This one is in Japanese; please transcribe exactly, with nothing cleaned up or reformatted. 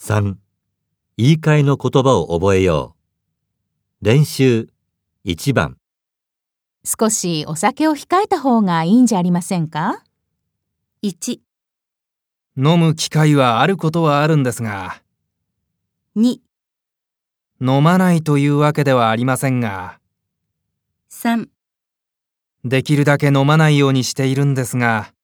さん、言い換えの言葉を覚えよう。練習いちばん。 少しお酒を控えた方がいいんじゃありませんか？ いち、 飲む機会はあることはあるんですが、 に、 飲まないというわけではありませんが、 さん、 できるだけ飲まないようにしているんですが、